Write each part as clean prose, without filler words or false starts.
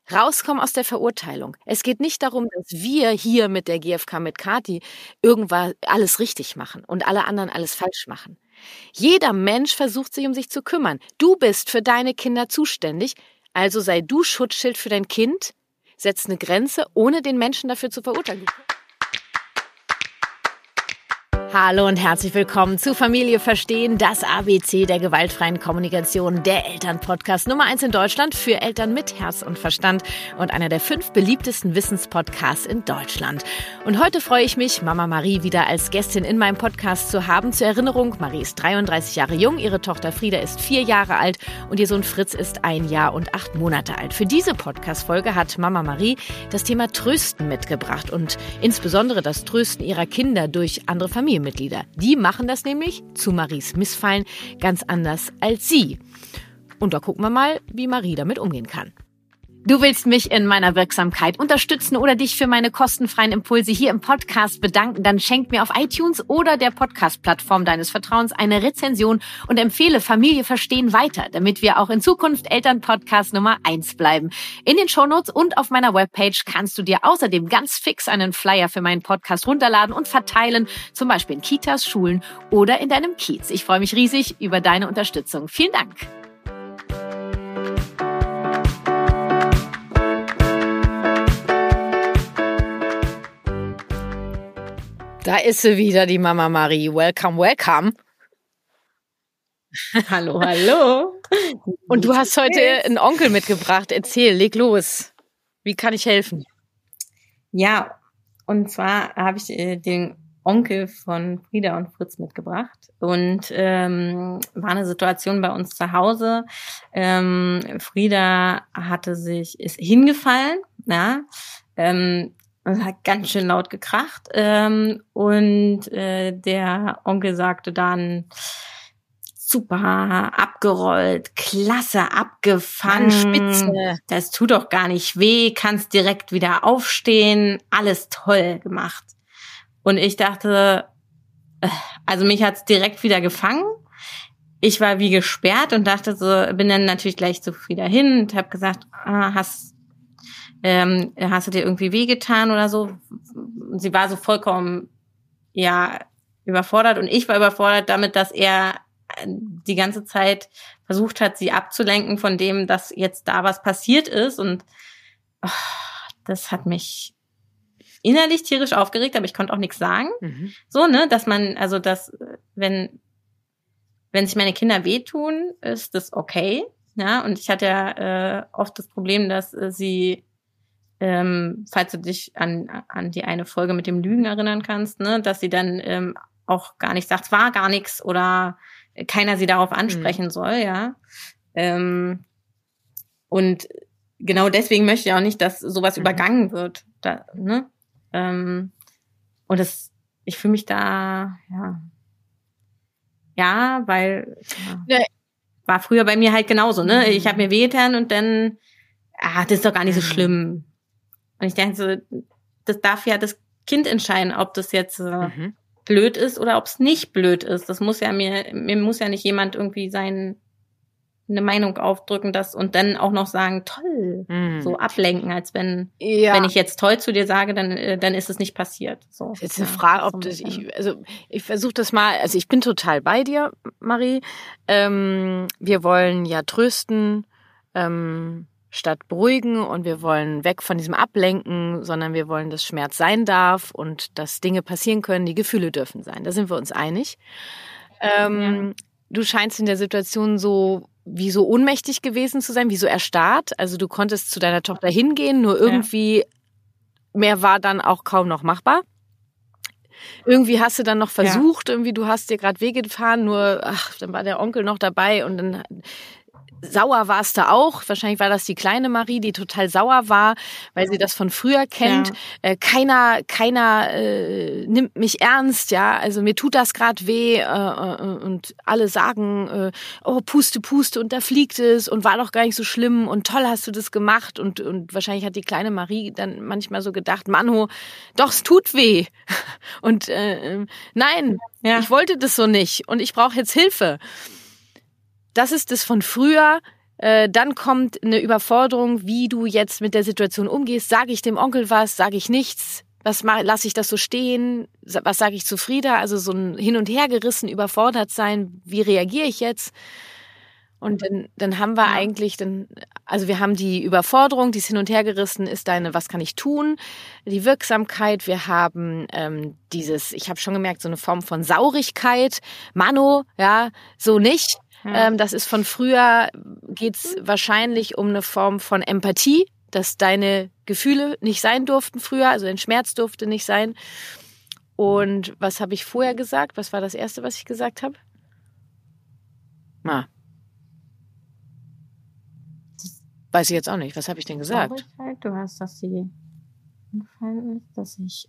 Rauskommen aus der Verurteilung. Es geht nicht darum, dass wir hier mit der GfK, mit Kathi, irgendwann alles richtig machen und alle anderen alles falsch machen. Jeder Mensch versucht sich um sich zu kümmern. Du bist für deine Kinder zuständig, also sei du Schutzschild für dein Kind, setz eine Grenze, ohne den Menschen dafür zu verurteilen. Hallo und herzlich willkommen zu Familie Verstehen, das ABC der gewaltfreien Kommunikation, der Elternpodcast Nummer 1 in Deutschland für Eltern mit Herz und Verstand und einer der 5 beliebtesten Wissenspodcasts in Deutschland. Und heute freue ich mich, Mama Marie wieder als Gästin in meinem Podcast zu haben. Zur Erinnerung, Marie ist 33 Jahre jung, ihre Tochter Frieda ist 4 Jahre alt und ihr Sohn Fritz ist 1 Jahr und 8 Monate alt. Für diese Podcast-Folge hat Mama Marie das Thema Trösten mitgebracht und insbesondere das Trösten ihrer Kinder durch andere Familienmitglieder. Die machen das nämlich, zu Maries Missfallen, ganz anders als sie. Und da gucken wir mal, wie Marie damit umgehen kann. Du willst mich in meiner Wirksamkeit unterstützen oder dich für meine kostenfreien Impulse hier im Podcast bedanken, dann schenk mir auf iTunes oder der Podcast-Plattform deines Vertrauens eine Rezension und empfehle Familie Verstehen weiter, damit wir auch in Zukunft Elternpodcast Nummer 1 bleiben. In den Shownotes und auf meiner Webpage kannst du dir außerdem ganz fix einen Flyer für meinen Podcast runterladen und verteilen, zum Beispiel in Kitas, Schulen oder in deinem Kiez. Ich freue mich riesig über deine Unterstützung. Vielen Dank. Da ist sie wieder, die Mama Marie. Welcome, welcome. Hallo, hallo. Und du hast heute einen Onkel mitgebracht. Erzähl, leg los. Wie kann ich helfen? Ja, und zwar habe ich den Onkel von Frieda und Fritz mitgebracht. Und war eine Situation bei uns zu Hause. Frieda ist hingefallen, ja. Es hat ganz schön laut gekracht und der Onkel sagte dann, super, abgerollt, klasse, abgefangen, Spitze. Das tut doch gar nicht weh, kannst direkt wieder aufstehen, alles toll gemacht. Und ich dachte, also mich hat's direkt wieder gefangen. Ich war wie gesperrt und dachte so, bin dann natürlich gleich zu Frieda hin und habe gesagt, hast du dir irgendwie wehgetan oder so? Und sie war so vollkommen, überfordert und ich war überfordert damit, dass er die ganze Zeit versucht hat, sie abzulenken von dem, dass jetzt da was passiert ist und das hat mich innerlich tierisch aufgeregt, aber ich konnte auch nichts sagen. Mhm. So, ne, dass man, also dass, wenn sich meine Kinder wehtun, ist das okay. Ja, und ich hatte ja oft das Problem, dass sie falls du dich an die eine Folge mit dem Lügen erinnern kannst, ne, dass sie dann auch gar nicht sagt, es war gar nichts oder keiner sie darauf ansprechen soll, ja. Und genau deswegen möchte ich auch nicht, dass sowas übergangen wird. Da, ne? Und ich fühle mich da, weil war früher bei mir halt genauso, ne? Ich habe mir wehgetan und dann, das ist doch gar nicht so schlimm. Und ich denke so, das darf ja das Kind entscheiden, ob das jetzt blöd ist oder ob es nicht blöd ist. Das muss ja mir muss ja nicht jemand irgendwie eine Meinung aufdrücken, und dann auch noch sagen, toll, so ablenken, als wenn ich jetzt toll zu dir sage, dann ist es nicht passiert. So. Jetzt eine Frage, ob das, ich versuche das mal, also ich bin total bei dir, Marie. Wir wollen ja trösten, statt beruhigen und wir wollen weg von diesem Ablenken, sondern wir wollen, dass Schmerz sein darf und dass Dinge passieren können, die Gefühle dürfen sein. Da sind wir uns einig. Du scheinst in der Situation so ohnmächtig gewesen zu sein, wie so erstarrt. Also du konntest zu deiner Tochter hingehen, nur irgendwie mehr war dann auch kaum noch machbar. Irgendwie hast du dann noch versucht, irgendwie du hast dir gerade Wege gefahren, nur dann war der Onkel noch dabei und dann sauer warst du auch. Wahrscheinlich war das die kleine Marie, die total sauer war, weil sie das von früher kennt. Ja. Keiner nimmt mich ernst, ja. Also mir tut das gerade weh und alle sagen, puste, puste und da fliegt es und war doch gar nicht so schlimm und toll hast du das gemacht und wahrscheinlich hat die kleine Marie dann manchmal so gedacht, Mann, doch, es tut weh. Und nein, ich wollte das so nicht und ich brauche jetzt Hilfe. Das ist das von früher, Dann kommt eine Überforderung, wie du jetzt mit der Situation umgehst. Sage ich dem Onkel was? Sage ich nichts? Lasse ich das so stehen? Was sage ich zu Frieda? Also so ein Hin- und Hergerissen, überfordert sein. Wie reagiere ich jetzt? Und dann haben wir also wir haben die Überforderung, dieses Hin- und Hergerissen ist was kann ich tun? Die Wirksamkeit, wir haben ich habe schon gemerkt, so eine Form von Saurigkeit. Mano, ja, so nicht. Ja. Das ist von früher, geht's wahrscheinlich um eine Form von Empathie, dass deine Gefühle nicht sein durften früher, also dein Schmerz durfte nicht sein. Und was habe ich vorher gesagt? Was war das Erste, was ich gesagt habe? Weiß ich jetzt auch nicht. Was habe ich denn gesagt? Du hast, dass sie gefallen ist, dass ich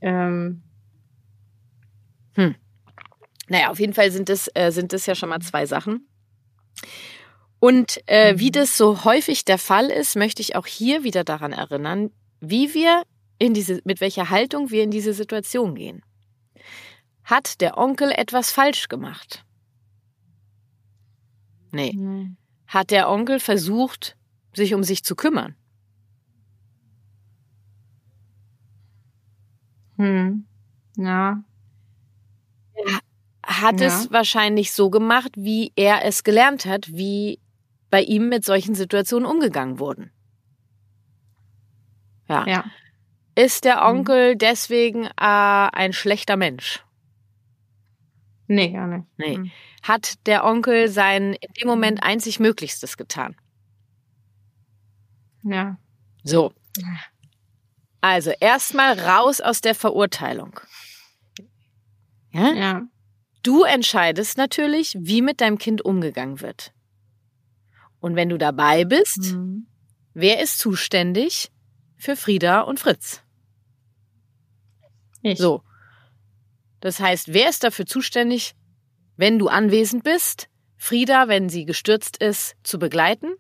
Naja, auf jeden Fall sind das ja schon mal 2 Sachen. Und wie das so häufig der Fall ist, möchte ich auch hier wieder daran erinnern, wie wir mit welcher Haltung wir in diese Situation gehen. Hat der Onkel etwas falsch gemacht? Nee. Hat der Onkel versucht, sich um sich zu kümmern? Ja. Hat es wahrscheinlich so gemacht, wie er es gelernt hat, wie bei ihm mit solchen Situationen umgegangen wurden. Ja. Ist der Onkel deswegen ein schlechter Mensch? Nee, gar nicht. Nee. Hat der Onkel sein in dem Moment einzig Möglichstes getan? Ja. So. Also erstmal raus aus der Verurteilung. Ja? Du entscheidest natürlich, wie mit deinem Kind umgegangen wird. Und wenn du dabei bist, wer ist zuständig für Frieda und Fritz? Ich. So. Das heißt, wer ist dafür zuständig, wenn du anwesend bist, Frieda, wenn sie gestürzt ist, zu begleiten?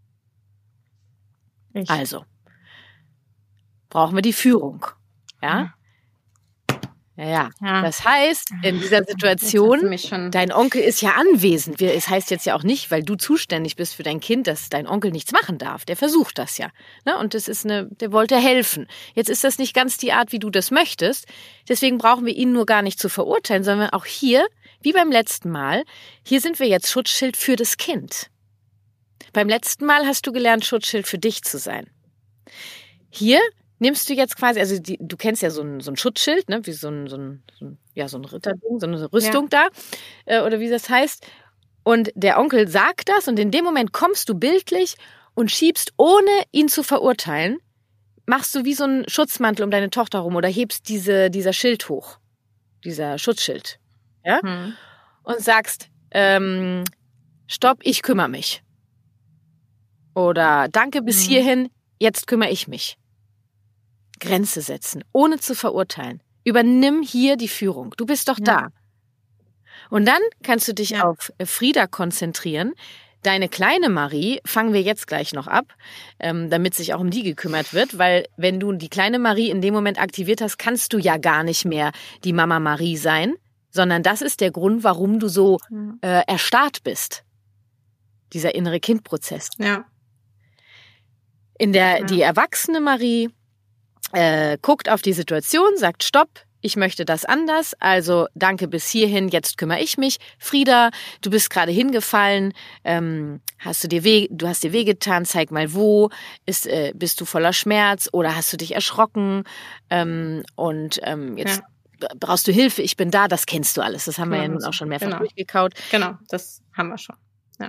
Ich. Also, brauchen wir die Führung. Ja? Ja. Das heißt, in dieser Situation, dein Onkel ist ja anwesend. Es heißt jetzt ja auch nicht, weil du zuständig bist für dein Kind, dass dein Onkel nichts machen darf. Der versucht das ja. Ne? Und der wollte helfen. Jetzt ist das nicht ganz die Art, wie du das möchtest. Deswegen brauchen wir ihn nur gar nicht zu verurteilen, sondern auch hier, wie beim letzten Mal, hier sind wir jetzt Schutzschild für das Kind. Beim letzten Mal hast du gelernt, Schutzschild für dich zu sein. Hier nimmst du jetzt quasi, also du kennst ja so ein Schutzschild, ne, wie so ein Ritterding, so eine Rüstung da, oder wie das heißt. Und der Onkel sagt das und in dem Moment kommst du bildlich und schiebst, ohne ihn zu verurteilen, machst du wie so einen Schutzmantel um deine Tochter rum oder hebst dieser Schild hoch, dieser Schutzschild, ja, und sagst, stopp, ich kümmere mich. Oder danke bis hierhin, jetzt kümmere ich mich. Grenze setzen, ohne zu verurteilen. Übernimm hier die Führung. Du bist doch da. Und dann kannst du dich auf Frieda konzentrieren. Deine kleine Marie fangen wir jetzt gleich noch ab, damit sich auch um die gekümmert wird, weil wenn du die kleine Marie in dem Moment aktiviert hast, kannst du ja gar nicht mehr die Mama Marie sein, sondern das ist der Grund, warum du so erstarrt bist. Dieser innere Kindprozess. Ja. Die erwachsene Marie guckt auf die Situation, sagt Stopp, ich möchte das anders, also danke bis hierhin, jetzt kümmere ich mich. Frieda, du bist gerade hingefallen, du hast dir wehgetan, zeig mal wo, bist du voller Schmerz oder hast du dich erschrocken jetzt brauchst du Hilfe, ich bin da, das kennst du alles, das haben wir ja nun auch schon mehrfach durchgekaut. Genau, das haben wir schon, ja.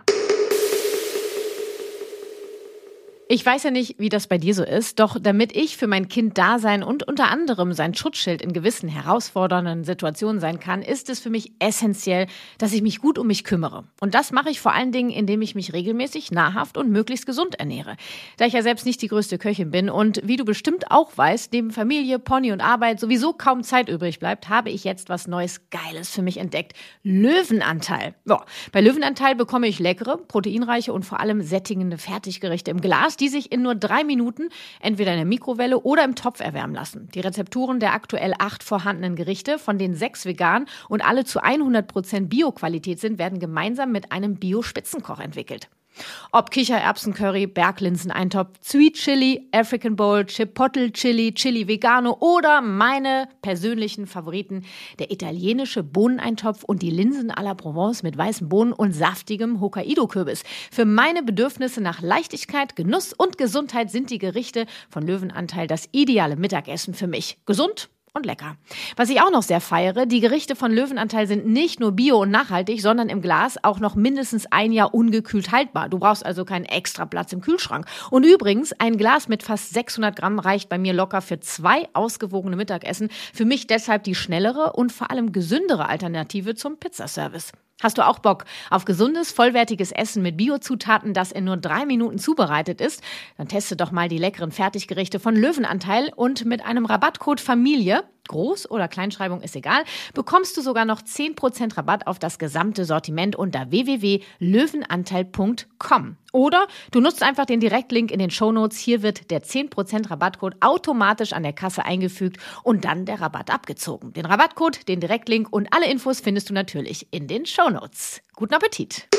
Ich weiß ja nicht, wie das bei dir so ist, doch damit ich für mein Kind da sein und unter anderem sein Schutzschild in gewissen herausfordernden Situationen sein kann, ist es für mich essentiell, dass ich mich gut um mich kümmere. Und das mache ich vor allen Dingen, indem ich mich regelmäßig, nahrhaft und möglichst gesund ernähre. Da ich ja selbst nicht die größte Köchin bin und wie du bestimmt auch weißt, neben Familie, Pony und Arbeit sowieso kaum Zeit übrig bleibt, habe ich jetzt was Neues, Geiles für mich entdeckt. Löwenanteil. Ja, bei Löwenanteil bekomme ich leckere, proteinreiche und vor allem sättigende Fertiggerichte im Glas, die sich in nur 3 Minuten entweder in der Mikrowelle oder im Topf erwärmen lassen. Die Rezepturen der aktuell 8 vorhandenen Gerichte, von denen 6 vegan und alle zu 100% Bio-Qualität sind, werden gemeinsam mit einem Bio-Spitzenkoch entwickelt. Ob Kichererbsen-Curry, Berglinsen-Eintopf, Sweet Chili, African Bowl, Chipotle Chili, Chili Vegano oder meine persönlichen Favoriten, der italienische Bohneneintopf und die Linsen à la Provence mit weißen Bohnen und saftigem Hokkaido-Kürbis. Für meine Bedürfnisse nach Leichtigkeit, Genuss und Gesundheit sind die Gerichte von Löwenanteil das ideale Mittagessen für mich. Gesund und lecker. Was ich auch noch sehr feiere, die Gerichte von Löwenanteil sind nicht nur bio und nachhaltig, sondern im Glas auch noch mindestens 1 Jahr ungekühlt haltbar. Du brauchst also keinen extra Platz im Kühlschrank. Und übrigens, ein Glas mit fast 600 Gramm reicht bei mir locker für 2 ausgewogene Mittagessen. Für mich deshalb die schnellere und vor allem gesündere Alternative zum Pizzaservice. Hast du auch Bock auf gesundes, vollwertiges Essen mit Biozutaten, das in nur 3 Minuten zubereitet ist? Dann teste doch mal die leckeren Fertiggerichte von Löwenanteil und mit einem Rabattcode Familie, Groß- oder Kleinschreibung ist egal, bekommst du sogar noch 10% Rabatt auf das gesamte Sortiment unter www.löwenanteil.com. Oder du nutzt einfach den Direktlink in den Shownotes. Hier wird der 10% Rabattcode automatisch an der Kasse eingefügt und dann der Rabatt abgezogen. Den Rabattcode, den Direktlink und alle Infos findest du natürlich in den Shownotes. Guten Appetit!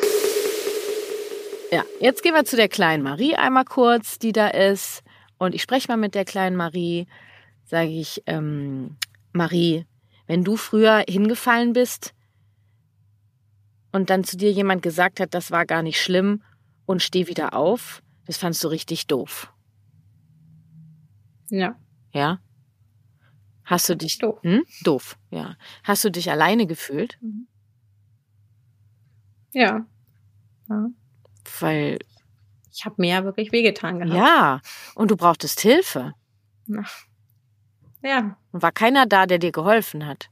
Ja, jetzt gehen wir zu der kleinen Marie einmal kurz, die da ist. Und ich spreche mal mit der kleinen Marie. Sage ich, Marie, wenn du früher hingefallen bist und dann zu dir jemand gesagt hat, das war gar nicht schlimm und steh wieder auf, das fandst du richtig doof. Ja. Ja? Hast du dich... Doof. Doof, ja. Hast du dich alleine gefühlt? Ja. Ja. Weil... Ich habe mir ja wirklich wehgetan gehabt. Ja, und du brauchtest Hilfe. Ja. Und war keiner da, der dir geholfen hat.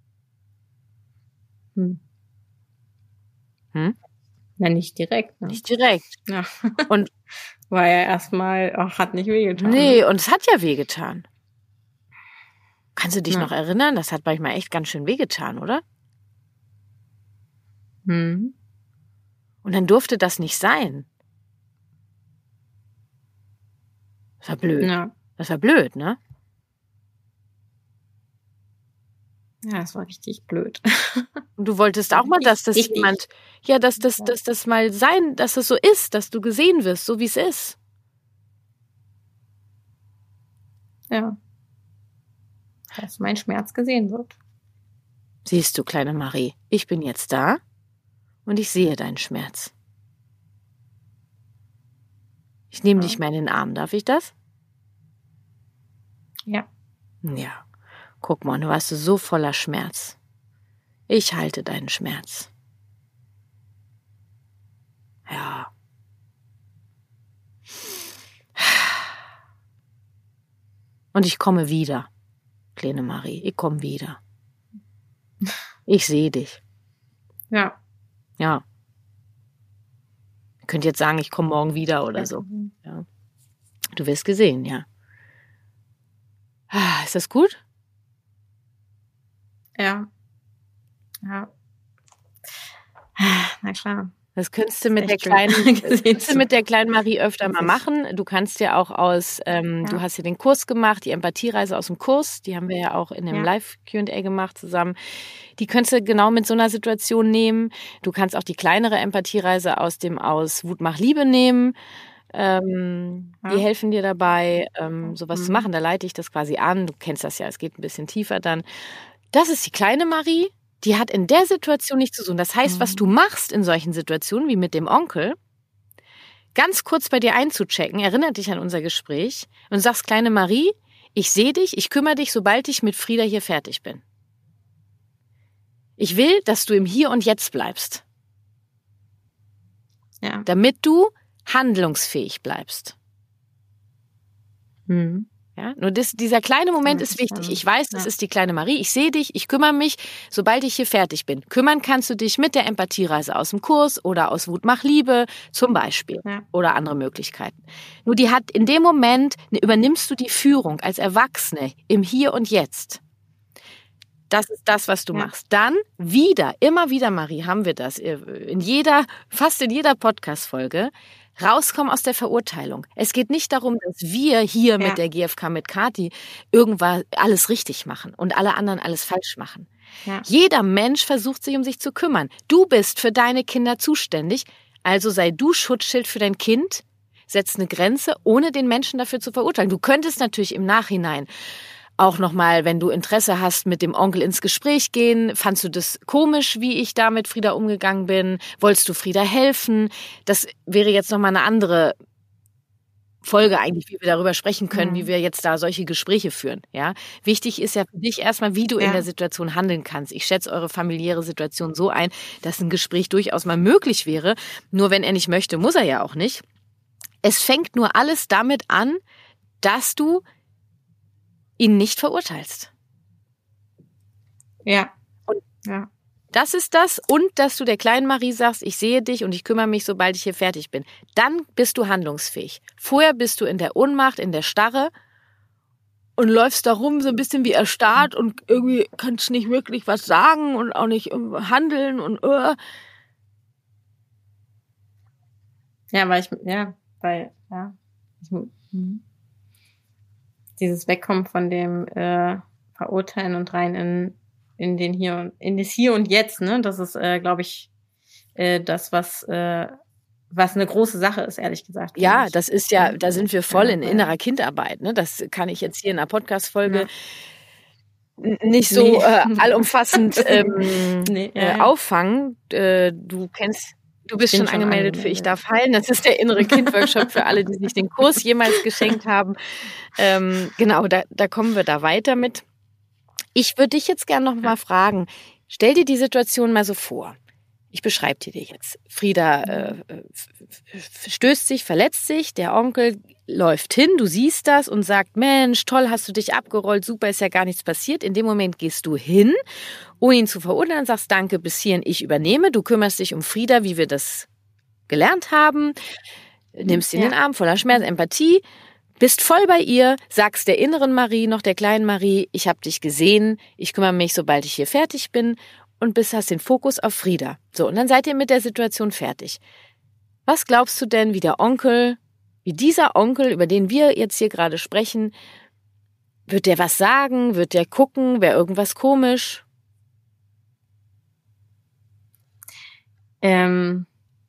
Hm? Hm? Na, nicht direkt. Ne? Nicht direkt. Ja. Und war ja erstmal, hat nicht wehgetan. nee, und es hat ja wehgetan. Kannst du dich Ja. noch erinnern? Das hat manchmal echt ganz schön wehgetan, oder? Hm. Und dann durfte das nicht sein. Das war blöd. Ja. Das war blöd, ne? Ja, das war richtig blöd. Und du wolltest auch mal, dass das Richtig. jemand, ja, dass das mal sein, dass es so ist, dass du gesehen wirst, so wie es ist. Ja. Dass mein Schmerz gesehen wird. Siehst du, kleine Marie, ich bin jetzt da und ich sehe deinen Schmerz. Ich nehme dich mal in den Arm, darf ich das? Ja. Ja. Guck mal, du warst so voller Schmerz. Ich halte deinen Schmerz. Ja. Und ich komme wieder, kleine Marie. Ich komme wieder. Ich sehe dich. Ja. Ja. Ihr könnt jetzt sagen, ich komme morgen wieder oder so. Ja. Du wirst gesehen, ja. Ist das gut? Ja. Ja. Na klar. Das könntest du mit der Echt schön. kleinen Marie öfter mal machen. Du kannst ja auch du hast ja den Kurs gemacht, die Empathiereise aus dem Kurs, die haben wir ja auch in dem Live-Q&A gemacht zusammen. Die könntest du genau mit so einer Situation nehmen. Du kannst auch die kleinere Empathiereise aus Wut macht Liebe nehmen. Die helfen dir dabei, sowas zu machen. Da leite ich das quasi an. Du kennst das ja, es geht ein bisschen tiefer dann. Das ist die kleine Marie. Die hat in der Situation nichts zu tun. Das heißt, was du machst in solchen Situationen, wie mit dem Onkel, ganz kurz bei dir einzuchecken, erinnert dich an unser Gespräch und sagst, kleine Marie, ich sehe dich, ich kümmere dich, sobald ich mit Frieda hier fertig bin. Ich will, dass du im Hier und Jetzt bleibst. Ja. Damit du handlungsfähig bleibst. Mhm. Ja, nur dieser kleine Moment ist wichtig. Ich weiß, das ist die kleine Marie. Ich sehe dich, ich kümmere mich, sobald ich hier fertig bin. Kümmern kannst du dich mit der Empathiereise aus dem Kurs oder aus Wut mach Liebe zum Beispiel oder andere Möglichkeiten. Nur in dem Moment übernimmst du die Führung als Erwachsene im Hier und Jetzt. Das ist das, was du machst. Dann immer wieder, Marie, haben wir das fast in jeder Podcast-Folge, rauskommen aus der Verurteilung. Es geht nicht darum, dass wir hier mit der GfK, mit Kathi, irgendwann alles richtig machen und alle anderen alles falsch machen. Ja. Jeder Mensch versucht sich um sich zu kümmern. Du bist für deine Kinder zuständig, Also sei du Schutzschild für dein Kind, setz eine Grenze, ohne den Menschen dafür zu verurteilen. Du könntest natürlich im Nachhinein auch nochmal, wenn du Interesse hast, mit dem Onkel ins Gespräch gehen. Fandst du das komisch, wie ich da mit Frieda umgegangen bin? Wolltest du Frieda helfen? Das wäre jetzt nochmal eine andere Folge eigentlich, wie wir darüber sprechen können, wie wir jetzt da solche Gespräche führen. Ja, wichtig ist ja für dich erstmal, wie du in der Situation handeln kannst. Ich schätze eure familiäre Situation so ein, dass ein Gespräch durchaus mal möglich wäre. Nur wenn er nicht möchte, muss er ja auch nicht. Es fängt nur alles damit an, dass du ihn nicht verurteilst. Ja. Und das ist das. Und dass du der kleinen Marie sagst, ich sehe dich und ich kümmere mich, sobald ich hier fertig bin. Dann bist du handlungsfähig. Vorher bist du in der Ohnmacht, in der Starre und läufst da rum so ein bisschen wie erstarrt und irgendwie kannst nicht wirklich was sagen und auch nicht handeln und dieses Wegkommen von dem Verurteilen und rein in das Hier und Jetzt, ne? Das ist, glaube ich, das, was eine große Sache ist, ehrlich gesagt. Ja, das ist ja, da sind wir voll in innerer Kindarbeit, ne? Das kann ich jetzt hier in einer Podcast-Folge nicht so allumfassend auffangen. Du bist schon angemeldet für Ich darf heilen. Das ist der innere Kind-Workshop für alle, die sich den Kurs jemals geschenkt haben. Genau, da kommen wir da weiter mit. Ich würde dich jetzt gerne noch mal fragen, stell dir die Situation mal so vor. Ich beschreibe dir die jetzt. Frieda stößt sich, verletzt sich, der Onkel läuft hin, du siehst das und sagt, Mensch, toll, hast du dich abgerollt, super, ist ja gar nichts passiert. In dem Moment gehst du hin, ohne ihn zu verurteilen, sagst, danke, bis hierhin, ich übernehme. Du kümmerst dich um Frieda, wie wir das gelernt haben, nimmst sie in den Arm, voller Schmerz, Empathie, bist voll bei ihr, sagst der inneren Marie, noch der kleinen Marie, ich habe dich gesehen, ich kümmere mich, sobald ich hier fertig bin und hast den Fokus auf Frieda. So, und dann seid ihr mit der Situation fertig. Was glaubst du denn, wie dieser Onkel, über den wir jetzt hier gerade sprechen, wird der was sagen, wird der gucken, wäre irgendwas komisch? Also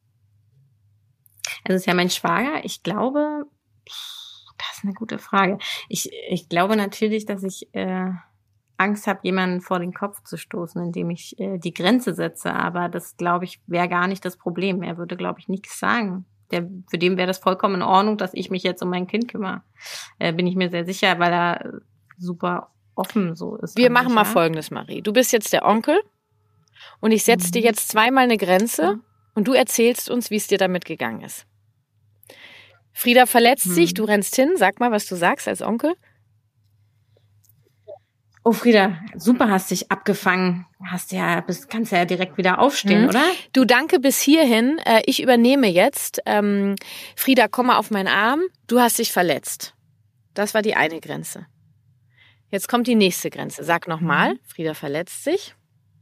ist ja mein Schwager. Ich glaube, das ist eine gute Frage. Ich glaube natürlich, dass ich Angst habe, jemanden vor den Kopf zu stoßen, indem ich die Grenze setze. Aber das, glaube ich, wäre gar nicht das Problem. Er würde, glaube ich, nichts sagen. Für den wäre das vollkommen in Ordnung, dass ich mich jetzt um mein Kind kümmere. Bin ich mir sehr sicher, weil er super offen so ist. Wir machen mal Folgendes, Marie. Du bist jetzt der Onkel und ich setze dir jetzt zweimal eine Grenze und du erzählst uns, wie es dir damit gegangen ist. Frieda verletzt sich, du rennst hin. Sag mal, was du sagst als Onkel. Oh, Frieda, super, hast dich abgefangen. Kannst ja direkt wieder aufstehen, oder? Du, danke bis hierhin. Ich übernehme jetzt. Frieda, komm mal auf meinen Arm. Du hast dich verletzt. Das war die eine Grenze. Jetzt kommt die nächste Grenze. Sag nochmal. Frieda verletzt sich.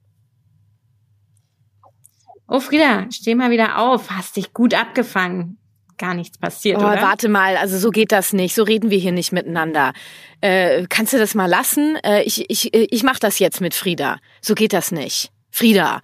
Oh, Frieda, steh mal wieder auf. Hast dich gut abgefangen. Gar nichts passiert, oder? Warte mal, also so geht das nicht. So reden wir hier nicht miteinander. Kannst du das mal lassen? Ich mach das jetzt mit Frieda. So geht das nicht. Frieda.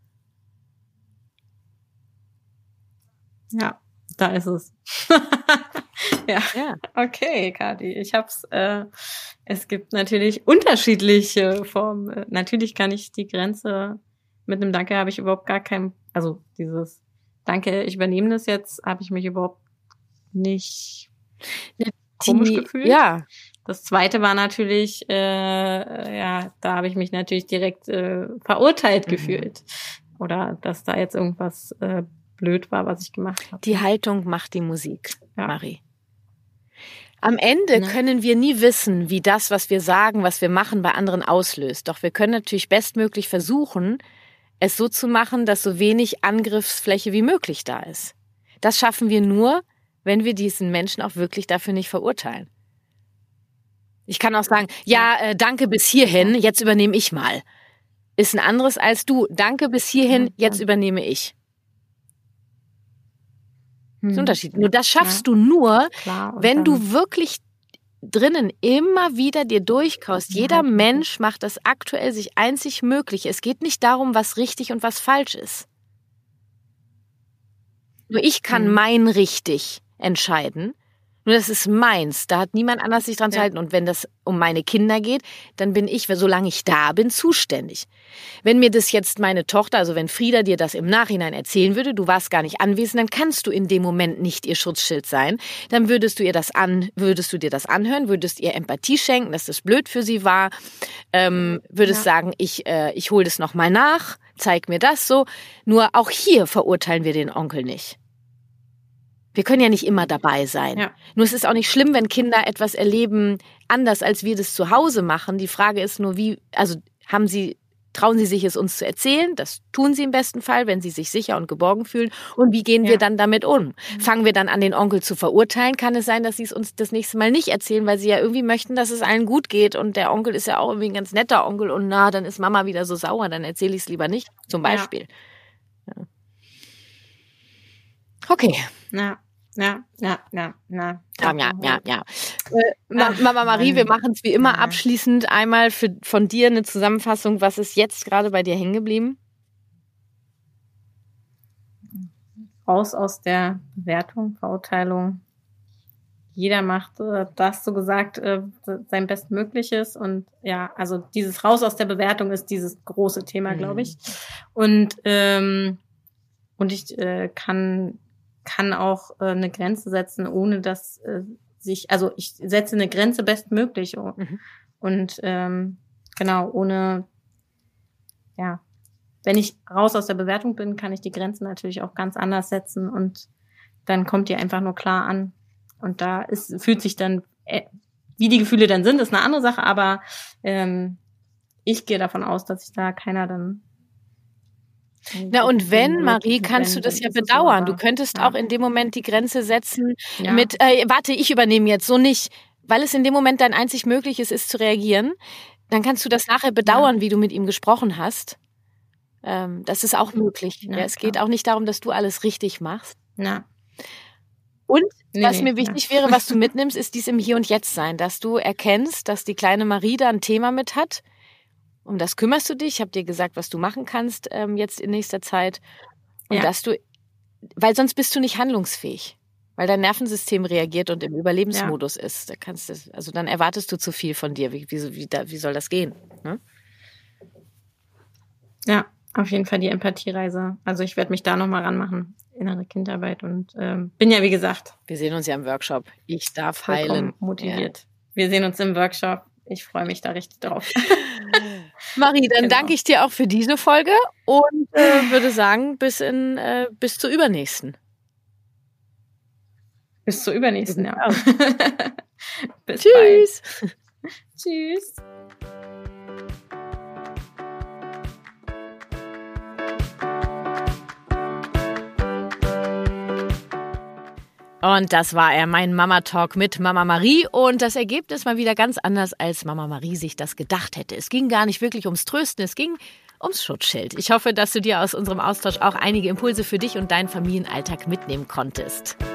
Ja, da ist es. ja. Okay, Kathi, ich hab's. Es gibt natürlich unterschiedliche Formen. Natürlich kann ich die Grenze mit einem Danke habe ich überhaupt gar kein, also dieses Danke, ich übernehme das jetzt, habe ich mich überhaupt nicht komisch gefühlt. Ja. Das zweite war natürlich, da habe ich mich natürlich direkt verurteilt gefühlt. Oder dass da jetzt irgendwas blöd war, was ich gemacht habe. Die Haltung macht die Musik, Marie. Am Ende können wir nie wissen, wie das, was wir sagen, was wir machen, bei anderen auslöst. Doch wir können natürlich bestmöglich versuchen, es so zu machen, dass so wenig Angriffsfläche wie möglich da ist. Das schaffen wir nur, wenn wir diesen Menschen auch wirklich dafür nicht verurteilen. Ich kann auch sagen, danke bis hierhin, jetzt übernehme ich mal. Ist ein anderes als du. Danke bis hierhin, jetzt übernehme ich. Das ist ein Unterschied. Nur das schaffst du nur, wenn du wirklich drinnen immer wieder dir durchkaust. Jeder Mensch macht das aktuell sich einzig Mögliche. Es geht nicht darum, was richtig und was falsch ist. Nur ich kann mein richtig entscheiden. Nur das ist meins. Da hat niemand anders sich dran zu halten. Und wenn das um meine Kinder geht, dann bin ich, solange ich da bin, zuständig. Wenn mir das jetzt meine Tochter, also wenn Frieda dir das im Nachhinein erzählen würde, du warst gar nicht anwesend, dann kannst du in dem Moment nicht ihr Schutzschild sein. Dann würdest du dir das anhören, würdest ihr Empathie schenken, dass das blöd für sie war, würdest sagen, ich hole das nochmal nach, zeig mir das so. Nur auch hier verurteilen wir den Onkel nicht. Wir können ja nicht immer dabei sein. Ja. Nur es ist auch nicht schlimm, wenn Kinder etwas erleben, anders als wir das zu Hause machen. Die Frage ist nur, trauen sie sich es uns zu erzählen? Das tun sie im besten Fall, wenn sie sich sicher und geborgen fühlen. Und wie gehen wir dann damit um? Fangen wir dann an, den Onkel zu verurteilen? Kann es sein, dass sie es uns das nächste Mal nicht erzählen, weil sie ja irgendwie möchten, dass es allen gut geht und der Onkel ist ja auch irgendwie ein ganz netter Onkel und dann ist Mama wieder so sauer, dann erzähle ich es lieber nicht, zum Beispiel. Ja. Okay. Ja. Mama Marie, wir machen es wie immer abschließend einmal von dir eine Zusammenfassung. Was ist jetzt gerade bei dir hängen geblieben? Raus aus der Bewertung, Verurteilung. Jeder macht das, so gesagt, sein Bestmögliches. Und ja, also dieses Raus aus der Bewertung ist dieses große Thema, glaube ich. Und ich kann auch eine Grenze setzen, ohne dass ich setze eine Grenze bestmöglich und ohne, wenn ich raus aus der Bewertung bin, kann ich die Grenzen natürlich auch ganz anders setzen und dann kommt die einfach nur klar an und fühlt sich dann, wie die Gefühle dann sind, ist eine andere Sache, aber ich gehe davon aus, dass sich da keiner dann und wenn, Marie, kannst du das ja bedauern. Du könntest auch in dem Moment die Grenze setzen mit, warte, ich übernehme jetzt, so nicht, weil es in dem Moment dein einzig Mögliches ist, zu reagieren. Dann kannst du das nachher bedauern, wie du mit ihm gesprochen hast. Das ist auch möglich. Ja, es geht auch nicht darum, dass du alles richtig machst. Ja. Und was mir wichtig wäre, was du mitnimmst, ist dies im Hier und Jetzt sein, dass du erkennst, dass die kleine Marie da ein Thema mit hat. Um das kümmerst du dich. Ich habe dir gesagt, was du machen kannst jetzt in nächster Zeit. Und weil sonst bist du nicht handlungsfähig. Weil dein Nervensystem reagiert und im Überlebensmodus ist. Dann erwartest du zu viel von dir. Wie soll das gehen? Ne? Ja, auf jeden Fall die Empathiereise. Also ich werde mich da nochmal ranmachen. Innere Kindarbeit und bin ja, wie gesagt. Wir sehen uns ja im Workshop. Ich darf heilen. Motiviert. Ja. Wir sehen uns im Workshop. Ich freue mich da richtig drauf. Marie, dann danke ich dir auch für diese Folge und würde sagen, bis zur übernächsten. Bis zur übernächsten, ja. Bis Tschüss. Bald. Tschüss. Und das war mein Mama-Talk mit Mama Marie. Und das Ergebnis mal wieder ganz anders, als Mama Marie sich das gedacht hätte. Es ging gar nicht wirklich ums Trösten, es ging ums Schutzschild. Ich hoffe, dass du dir aus unserem Austausch auch einige Impulse für dich und deinen Familienalltag mitnehmen konntest.